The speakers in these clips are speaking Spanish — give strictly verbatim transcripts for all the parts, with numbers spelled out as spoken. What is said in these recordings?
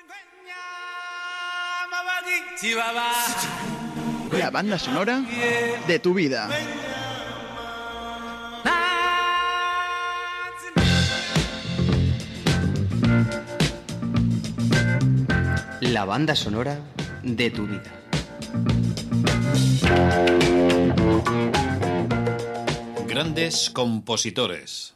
La banda sonora de tu vida. La banda sonora de tu vida. Grandes compositores.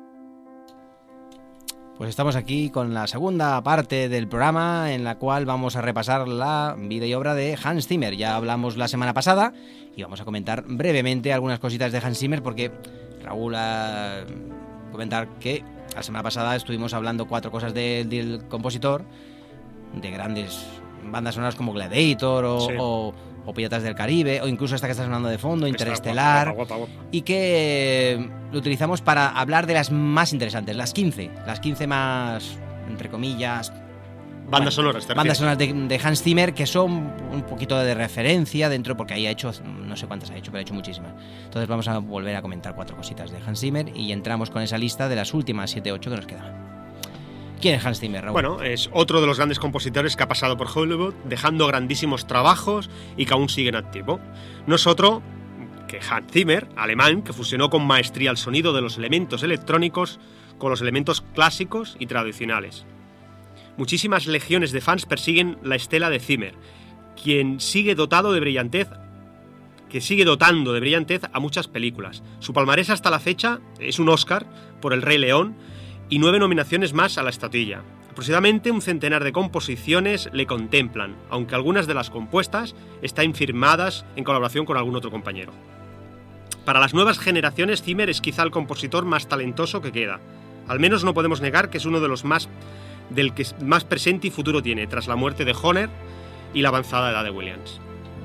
Pues estamos aquí con la segunda parte del programa en la cual vamos a repasar la vida y obra de Hans Zimmer. Ya hablamos la semana pasada y vamos a comentar brevemente algunas cositas de Hans Zimmer porque Raúl a comentar que la semana pasada estuvimos hablando cuatro cosas de, del compositor, de grandes bandas sonoras como Gladiator o, sí. o, o Piratas del Caribe, o incluso esta que está sonando de fondo, Interestelar, guapa, guapa, guapa. Y que lo utilizamos para hablar de las más interesantes, las quince, las quince más, entre comillas, bandas bueno, sonoras, bandas sonoras de, de Hans Zimmer, que son un poquito de referencia dentro, porque ahí ha hecho, no sé cuántas ha hecho, pero ha hecho muchísimas. Entonces vamos a volver a comentar cuatro cositas de Hans Zimmer y entramos con esa lista de las últimas siete ocho que nos quedan. ¿Quién es Hans Zimmer, Raúl? Bueno, es otro de los grandes compositores que ha pasado por Hollywood, dejando grandísimos trabajos y que aún sigue en activo. No es otro que Hans Zimmer, alemán, que fusionó con maestría el sonido de los elementos electrónicos con los elementos clásicos y tradicionales. Muchísimas legiones de fans persiguen la estela de Zimmer, quien sigue dotado de brillantez, que sigue dotando de brillantez a muchas películas. Su palmarés hasta la fecha es un Oscar por El Rey León y nueve nominaciones más a la estatuilla. Aproximadamente un centenar de composiciones le contemplan, aunque algunas de las compuestas están firmadas en colaboración con algún otro compañero. Para las nuevas generaciones, Zimmer es quizá el compositor más talentoso que queda. Al menos no podemos negar que es uno de los más del que más presente y futuro tiene, tras la muerte de Horner y la avanzada edad de Williams.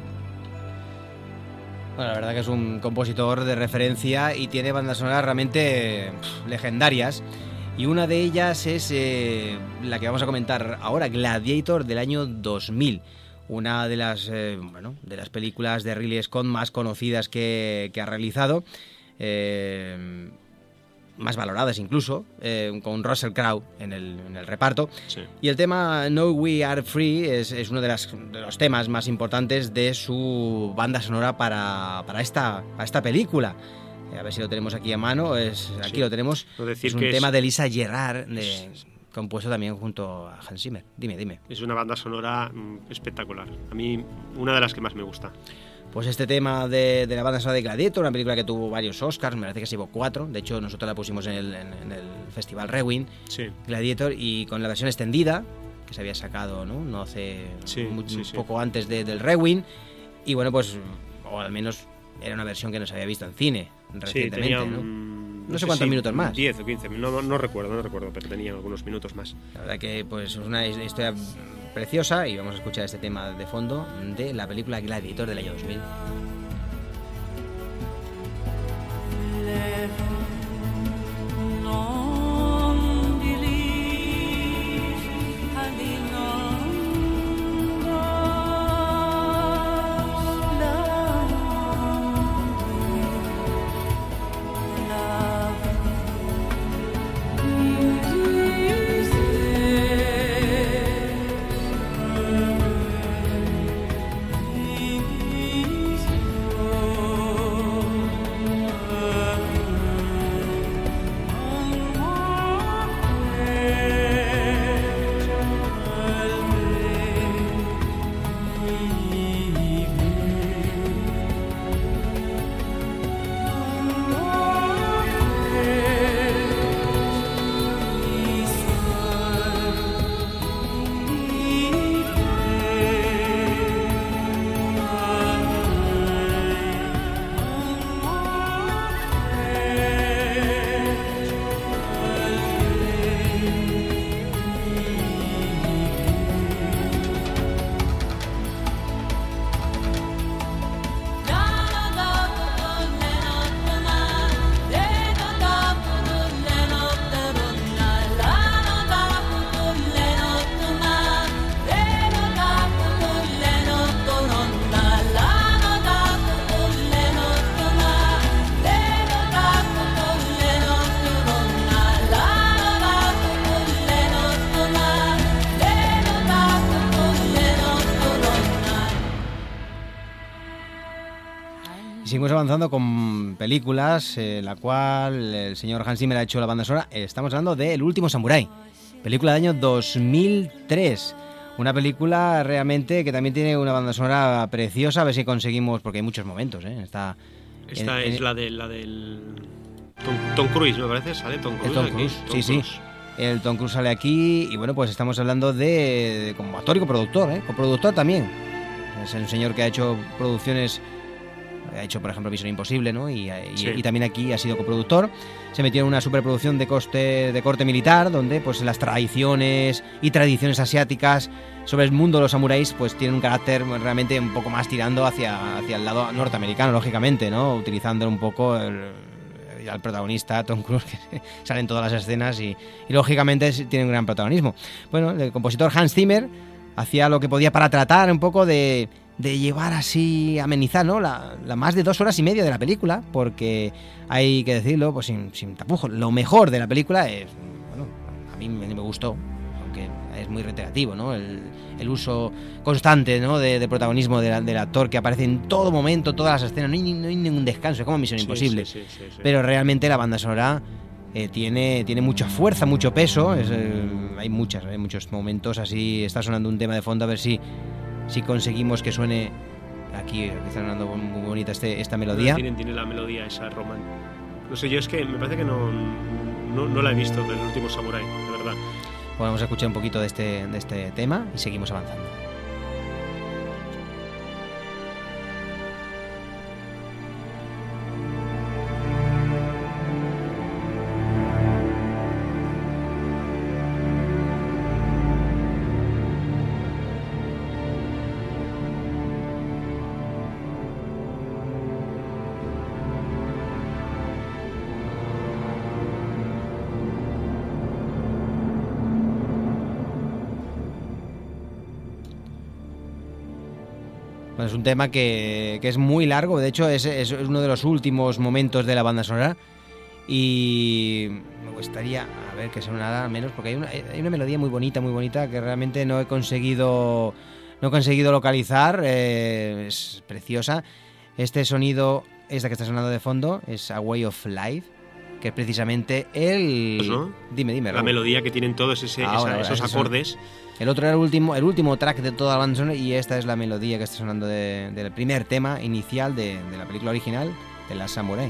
Bueno, la verdad que es un compositor de referencia y tiene bandas sonoras realmente pff, legendarias. Y una de ellas es eh, la que vamos a comentar ahora, Gladiator, del año dos mil. Una de las, eh, bueno, de las películas de Ridley Scott más conocidas que, que ha realizado, eh, más valoradas incluso, eh, con Russell Crowe en el, en el reparto. Sí. Y el tema No We Are Free es, es uno de, las, de los temas más importantes de su banda sonora para, para, esta, para esta película. A ver si lo tenemos aquí a mano. Es, aquí sí. Lo tenemos. No es un tema es... de Lisa Gerrard, de, es... compuesto también junto a Hans Zimmer. Dime, dime. Es una banda sonora mm, espectacular. A mí, una de las que más me gusta. Pues este tema de, de la banda sonora de Gladiator, una película que tuvo varios Oscars, me parece que se llevó cuatro. De hecho, nosotros la pusimos en el, en, en el Festival Rewind, sí. Gladiator, y con la versión extendida, que se había sacado, ¿no? No hace sí, muy, sí, sí. poco antes de, del Rewind. Y bueno, pues, o al menos era una versión que no se había visto en cine recientemente, sí, tenía, ¿no? No, no sé cuántos si minutos más. diez o quince, no, no, no recuerdo, no recuerdo, pero tenía algunos minutos más. La verdad que pues es una historia preciosa y vamos a escuchar este tema de fondo de la película Gladiator del año dos mil. Y seguimos avanzando con películas, en eh, la cual el señor Hans Zimmer ha hecho la banda sonora. Estamos hablando de El último samurái, película del año dos mil tres. Una película realmente que también tiene una banda sonora preciosa. A ver si conseguimos, porque hay muchos momentos, ¿eh? Esta, Esta en, es en, la, de, la del Tom, Tom Cruise, me parece, sale Tom Cruise. Tom aquí. Cruise, Tom sí, Cruise. sí. El Tom Cruise sale aquí y bueno, pues estamos hablando de, de como actor y coproductor, ¿eh? Coproductor también. Es un señor que ha hecho producciones, ha hecho por ejemplo Misión Imposible, ¿no? Y, y, Sí. y también aquí ha sido coproductor. Se metió en una superproducción de coste de corte militar, donde pues las tradiciones y tradiciones asiáticas sobre el mundo de los samuráis pues tienen un carácter realmente un poco más tirando hacia, hacia el lado norteamericano, lógicamente, ¿no? Utilizando un poco el, al protagonista, Tom Cruise, que sale en todas las escenas y, y lógicamente tiene un gran protagonismo. Bueno, el compositor Hans Zimmer hacía lo que podía para tratar un poco de, de llevar así, amenizar, ¿no? La, la más de dos horas y media de la película, porque hay que decirlo, pues sin, sin tapujos, lo mejor de la película es, bueno, a mí me, me gustó, aunque es muy reiterativo, ¿no? El, el uso constante, ¿no? de, de protagonismo de la, del actor que aparece en todo momento, todas las escenas, no hay, no hay ningún descanso, es como Misión Sí, Imposible. sí, sí, sí, sí. Pero realmente la banda sonora eh, tiene, tiene mucha fuerza, mucho peso. Es, eh, hay muchas, hay muchos momentos así. Está sonando un tema de fondo, a ver si, si conseguimos que suene aquí, que está sonando muy bonita este, esta melodía. Tiene, tiene la melodía esa romántica. No sé, yo es que me parece que no, no, no la he visto del último samurái, de verdad. Bueno, vamos a escuchar un poquito de este, de este tema y seguimos avanzando. Bueno, es un tema que, que es muy largo, de hecho es, es uno de los últimos momentos de la banda sonora y me gustaría, a ver, que sonara al menos, porque hay una, hay una melodía muy bonita, muy bonita que realmente no he conseguido, no he conseguido localizar, eh, es preciosa. Este sonido, esta que está sonando de fondo, es A Way of Life, que es precisamente el... ¿No? Dime, dime. La Raúl. melodía que tienen todos ese, Ahora, esa- ahora, esos esos acordes. El otro era el último, el último track de toda la banda sonora y esta es la melodía que está sonando de- del primer tema inicial de, de la película original de Last Samurai.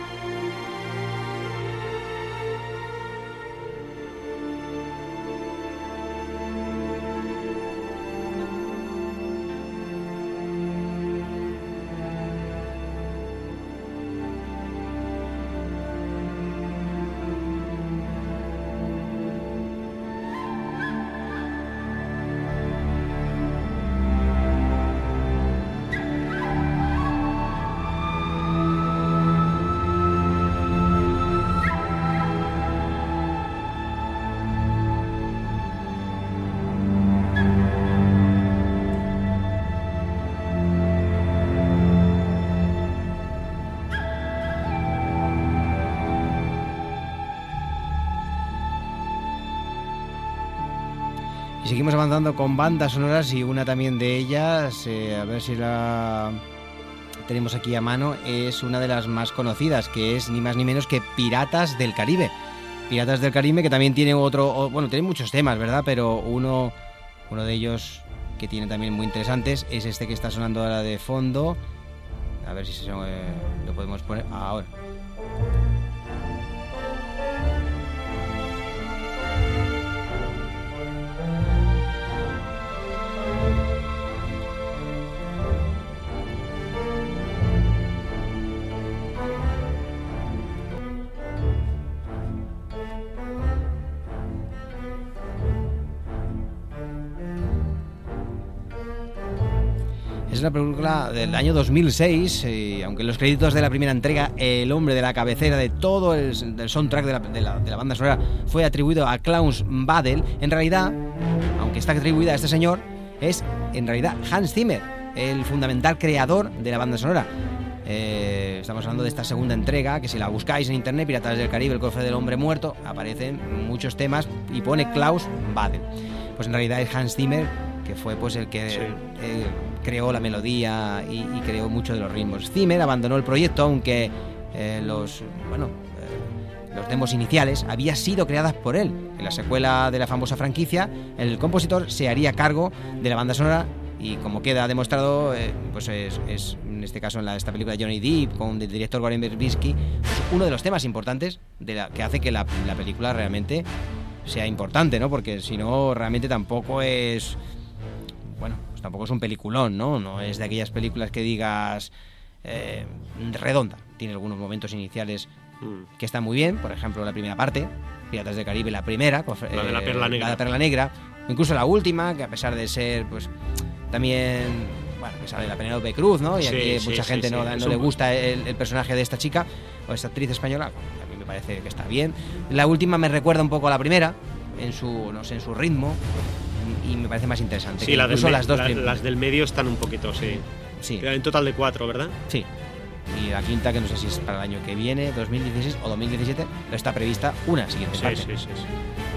Y seguimos avanzando con bandas sonoras y una también de ellas, eh, a ver si la tenemos aquí a mano, es una de las más conocidas, que es ni más ni menos que Piratas del Caribe. Piratas del Caribe, que también tiene otro, o, bueno, tiene muchos temas, ¿verdad? Pero uno, uno de ellos que tiene también muy interesantes es este que está sonando ahora de fondo. A ver si se, eh, lo podemos poner ahora. Es una película del año dos mil seis, y aunque en los créditos de la primera entrega el hombre de la cabecera de todo el del soundtrack de la, de, la, de la banda sonora fue atribuido a Klaus Badel, en realidad, aunque está atribuida a este señor, es en realidad Hans Zimmer, el fundamental creador de la banda sonora. Eh, estamos hablando de esta segunda entrega, que si la buscáis en internet, Piratas del Caribe, el cofre del hombre muerto, aparecen muchos temas y pone Klaus Badel. Pues en realidad es Hans Zimmer, que que fue pues el que Sí. eh, creó la melodía y, y creó mucho de los ritmos. Zimmer abandonó el proyecto, aunque eh, los bueno eh, los demos iniciales habían sido creadas por él. En la secuela de la famosa franquicia, el compositor se haría cargo de la banda sonora y, como queda demostrado, eh, pues es, es en este caso en la, esta película de Johnny Depp con el director Warren Verbinski, pues uno de los temas importantes de la, que hace que la, la película realmente sea importante, ¿no? Porque si no, realmente tampoco es, bueno, pues tampoco es un peliculón, ¿no? No es de aquellas películas que digas eh, redonda. Tiene algunos momentos iniciales Mm. que están muy bien, por ejemplo la primera parte, Piratas del Caribe, la primera, con, La de la Perla Negra. la de Perla Negra, incluso la última, que a pesar de ser, pues, también, bueno, que sale la Penélope Cruz, ¿no? Y Sí, aquí sí, mucha sí, gente sí. no, Es no le un- gusta el, el personaje de esta chica, o esta actriz española, a mí me parece que está bien. La última me recuerda un poco a la primera, en su, no sé, en su ritmo, y me parece más interesante. Sí, que la del incluso me- las dos la- prim- las del medio están un poquito, sí. Sí, En total de cuatro, ¿verdad? sí. Y la quinta, que no sé si es para el año que viene, dos mil dieciséis o dos mil diecisiete, pero está prevista una siguiente Sí, parte. sí, sí, sí.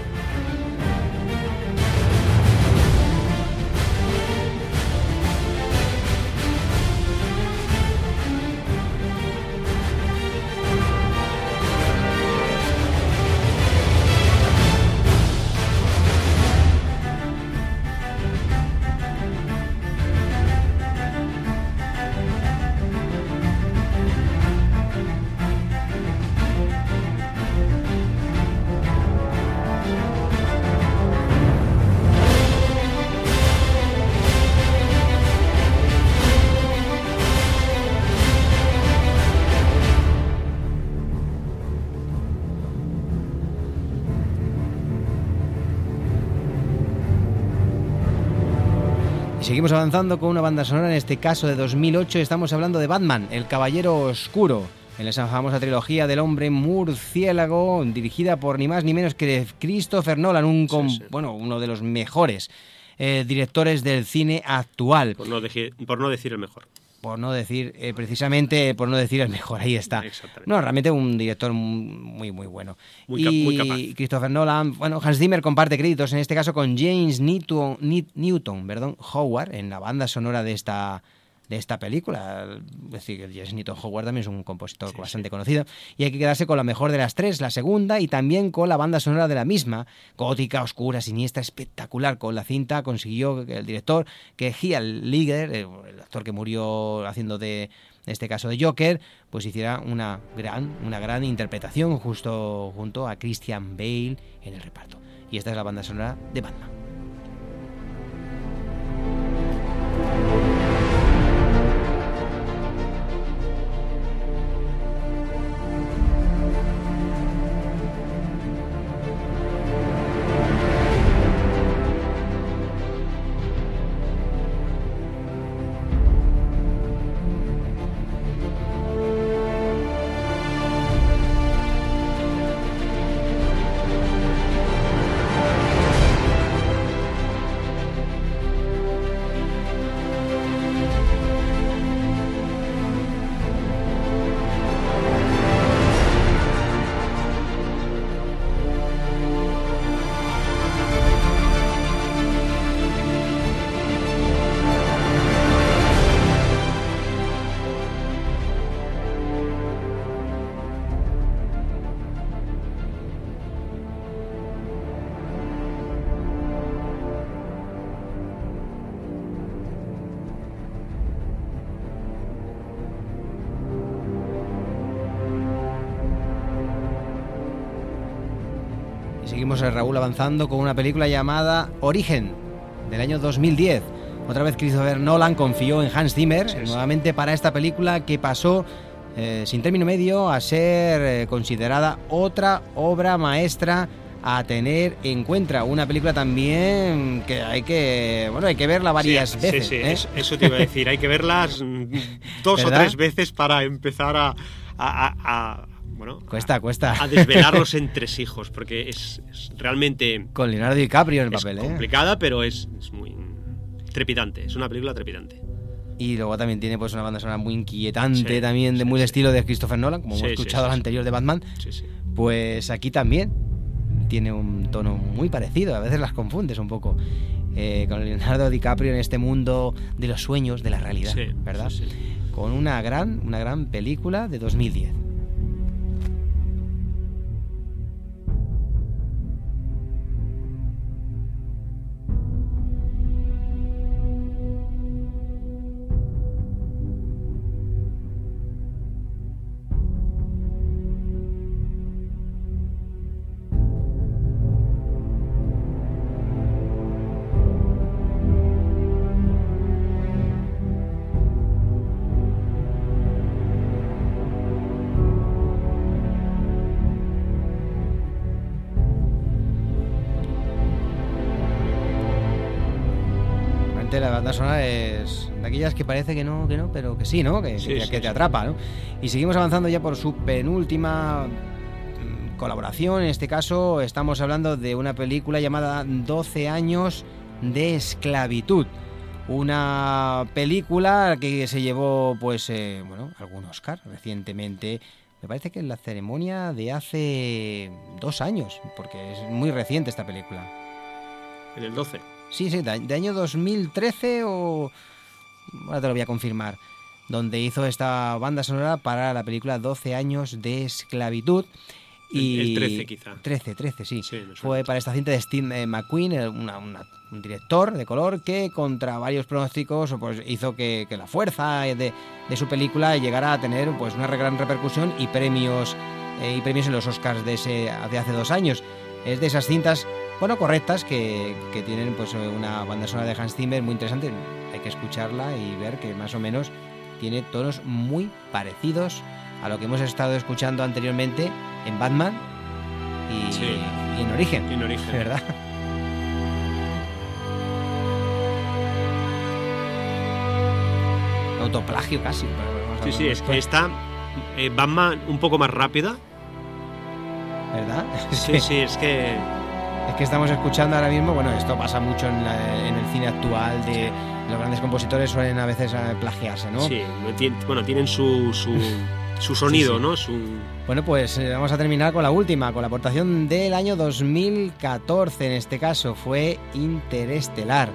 Seguimos avanzando con una banda sonora, en este caso de dos mil ocho. Estamos hablando de Batman, el Caballero Oscuro, en esa famosa trilogía del hombre murciélago, dirigida por ni más ni menos que Christopher Nolan, un com- Sí, sí. bueno, uno de los mejores eh, directores del cine actual, Por no, deji- por no decir el mejor. por no decir, eh, precisamente por no decir el mejor, ahí está. Exactamente. No, realmente un director muy, muy bueno. Muy cap- y muy capaz. Christopher Nolan, bueno, Hans Zimmer comparte créditos, en este caso con James Newton, Ni- Newton perdón, Howard, en la banda sonora de esta, de esta película. Es decir, que James Newton Howard también es un compositor Sí, bastante sí. conocido. Y hay que quedarse con la mejor de las tres, la segunda, y también con la banda sonora de la misma, gótica, oscura, siniestra, espectacular. Con la cinta consiguió que el director, que Heath Ledger, el el actor que murió haciendo de, en este caso de Joker, pues hiciera una gran, una gran interpretación justo junto a Christian Bale en el reparto. Y esta es la banda sonora de Batman. Y seguimos, eh, Raúl, avanzando con una película llamada Origen, del año dos mil diez. Otra vez Christopher Nolan confió en Hans Zimmer, Sí, sí. nuevamente para esta película que pasó eh, sin término medio a ser eh, considerada otra obra maestra a tener en cuenta. Una película también que hay que, bueno, hay que verla varias Sí, veces. Sí, sí, ¿eh? eso, eso te iba a decir. Hay que verlas mm, dos ¿Verdad? o tres veces para empezar a, a- a- a- bueno, Cuesta, a, cuesta. a desvelar los entresijos, porque es, es realmente Con Leonardo DiCaprio en el es papel, ¿eh? complicada, pero es, es muy trepidante. Es una película trepidante. Y luego también tiene pues una banda sonora muy inquietante, Sí, también de sí, muy sí. el estilo de Christopher Nolan, como Sí, hemos sí, escuchado sí, la sí. anterior de Batman. Sí, sí. Pues aquí también tiene un tono muy parecido, a veces las confundes un poco. eh, con Leonardo DiCaprio en este mundo de los sueños, de la realidad, Sí, ¿verdad? sí, sí. Con una gran, una gran película de dos mil diez. La banda sonora es de aquellas que parece que no, que no, pero que sí, ¿no? Que, Sí, que, sí, que te sí. atrapa, ¿no? Y seguimos avanzando ya por su penúltima mm, colaboración. En este caso estamos hablando de una película llamada doce años de esclavitud. Una película que se llevó, pues, eh, bueno, algún Oscar recientemente. Me parece que en la ceremonia de hace dos años, porque es muy reciente esta película. En el doce. Sí, sí, de, de año dos mil trece o... Ahora te lo voy a confirmar. Donde hizo esta banda sonora para la película doce años de esclavitud. Y El- el trece quizá. trece, trece, sí. Sí, me suena. Fue para esta cinta de Steve eh, McQueen, eh, una- una- un director de color que contra varios pronósticos pues, hizo que, que la fuerza de, de su película llegara a tener pues, una gran repercusión y premios, eh, y premios en los Oscars de, ese, de hace dos años. Es de esas cintas, bueno, correctas, que, que tienen pues una banda sonora de Hans Zimmer muy interesante. Hay que escucharla y ver que más o menos tiene tonos muy parecidos a lo que hemos estado escuchando anteriormente en Batman y, Sí. y en Origen. En Origen. ¿Verdad? Autoplagio casi. pero vamos a Sí, sí, ver es que después, está eh, Batman un poco más rápida. ¿verdad? Sí, sí, es que... Es que estamos escuchando ahora mismo, bueno, esto pasa mucho en, la- en el cine actual, de los grandes compositores suelen a veces eh, plagiarse, ¿no? Sí, no tien- bueno, tienen su, su, su sonido, Sí, sí. ¿no? Su... Bueno, pues eh, vamos a terminar con la última, con la aportación del año dos mil catorce, en este caso fue Interestelar,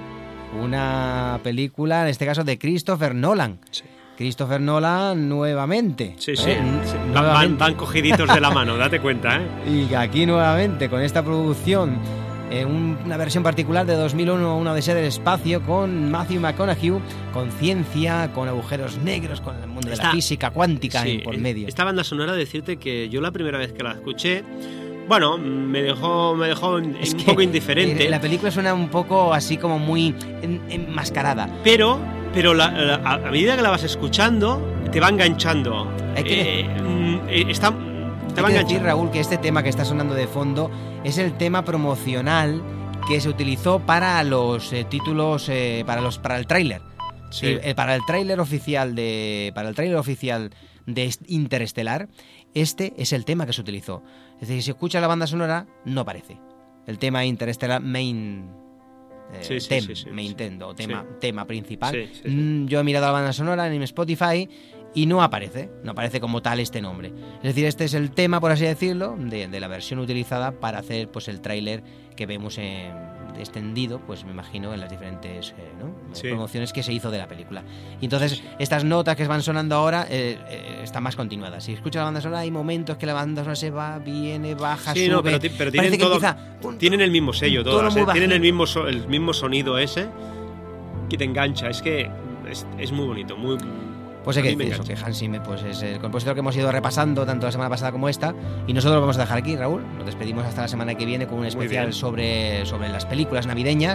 una película, en este caso de Christopher Nolan. Sí. Christopher Nolan nuevamente. Sí, ¿eh? sí. N- Sí. Van, nuevamente. van- van cogiditos de la mano, date cuenta, ¿eh? Y aquí nuevamente con esta producción, eh, un- una versión particular de dos mil uno, Una odisea del espacio, con Matthew McConaughey, con ciencia, con agujeros negros, con el mundo de Esta- la física cuántica Sí, en por medio. Esta banda sonora, decirte que yo la primera vez que la escuché, bueno, me dejó, me dejó un Es que, poco indiferente, eh, La película suena un poco así como muy en- enmascarada. pero, pero la- la- a a medida que la vas escuchando, te va enganchando. Hay que Eh, mm, eh, está, te Hay va que decir, enganchando. Raúl, que este tema que está sonando de fondo es el tema promocional que se utilizó para los eh, títulos, eh, para los para el tráiler. Sí. Sí, eh, para el tráiler oficial de para el tráiler oficial de est- Interestelar, este es el tema que se utilizó. Es decir, si escucha la banda sonora no aparece. El tema Interestelar Main eh, Sí, sí, Theme, sí, sí, Main sí. Theme, o tema, Sí. tema principal. Sí, sí, sí. Mm, Yo he mirado la banda sonora en Spotify y no aparece, no aparece como tal este nombre. Es decir, este es el tema, por así decirlo, de, de la versión utilizada para hacer pues el tráiler que vemos en, extendido, pues me imagino, en las diferentes eh, ¿no? Sí. promociones que se hizo de la película. Y entonces, estas notas que van sonando ahora eh, eh, están más continuadas. Si escuchas la banda sonora, hay momentos que la banda sonora se va, viene, baja, Sí, sube. no, pero, ti- pero Parece tienen, que todo, empieza, pum, tienen el mismo sello un tono todas, muy ¿eh? Tienen bajito. el mismo, so- el mismo sonido ese que te engancha. Es que es, es muy bonito, muy... Pues hay a que mí me decir eso, que engancha. Hans Zimmer pues, es el compositor que hemos ido repasando tanto la semana pasada como esta, y nosotros lo vamos a dejar aquí, Raúl. Nos despedimos hasta la semana que viene con un especial bien. sobre, sobre las películas navideñas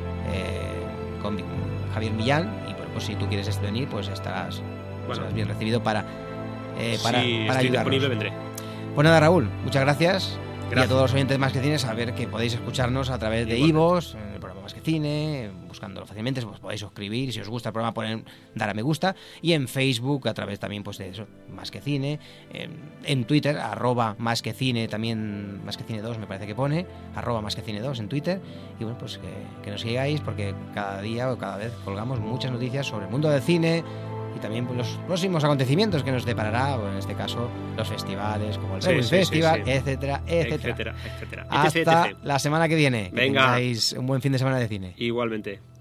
eh, con Javier Millán, y bueno, pues si tú quieres venir, pues estarás, Bueno. estarás bien recibido para, eh, para, si para estoy ayudarnos. disponible, vendré. Pues nada, Raúl, muchas gracias. Y a Gracias. todos los oyentes Más que Cine, saber que podéis escucharnos a través de Igualmente. iVoox, en el programa Más que Cine, buscándolo fácilmente, os podéis suscribir, si os gusta el programa, poner, dar a me gusta, y en Facebook, a través también pues de eso, Más que Cine, en, en Twitter, arroba Más que Cine, también Más que Cine dos me parece que pone, arroba Más que Cine dos en Twitter, y bueno, pues que, que nos sigáis, porque cada día o cada vez colgamos muchas noticias sobre el mundo del cine, y también pues, los próximos acontecimientos que nos deparará, bueno, en este caso los festivales como el Sí, Rewind sí, sí, Festival, sí. etcétera, etcétera. etcétera, etcétera. Hasta Etc, etcétera. la semana que viene. Que Venga. tengáis un buen fin de semana de cine. Igualmente.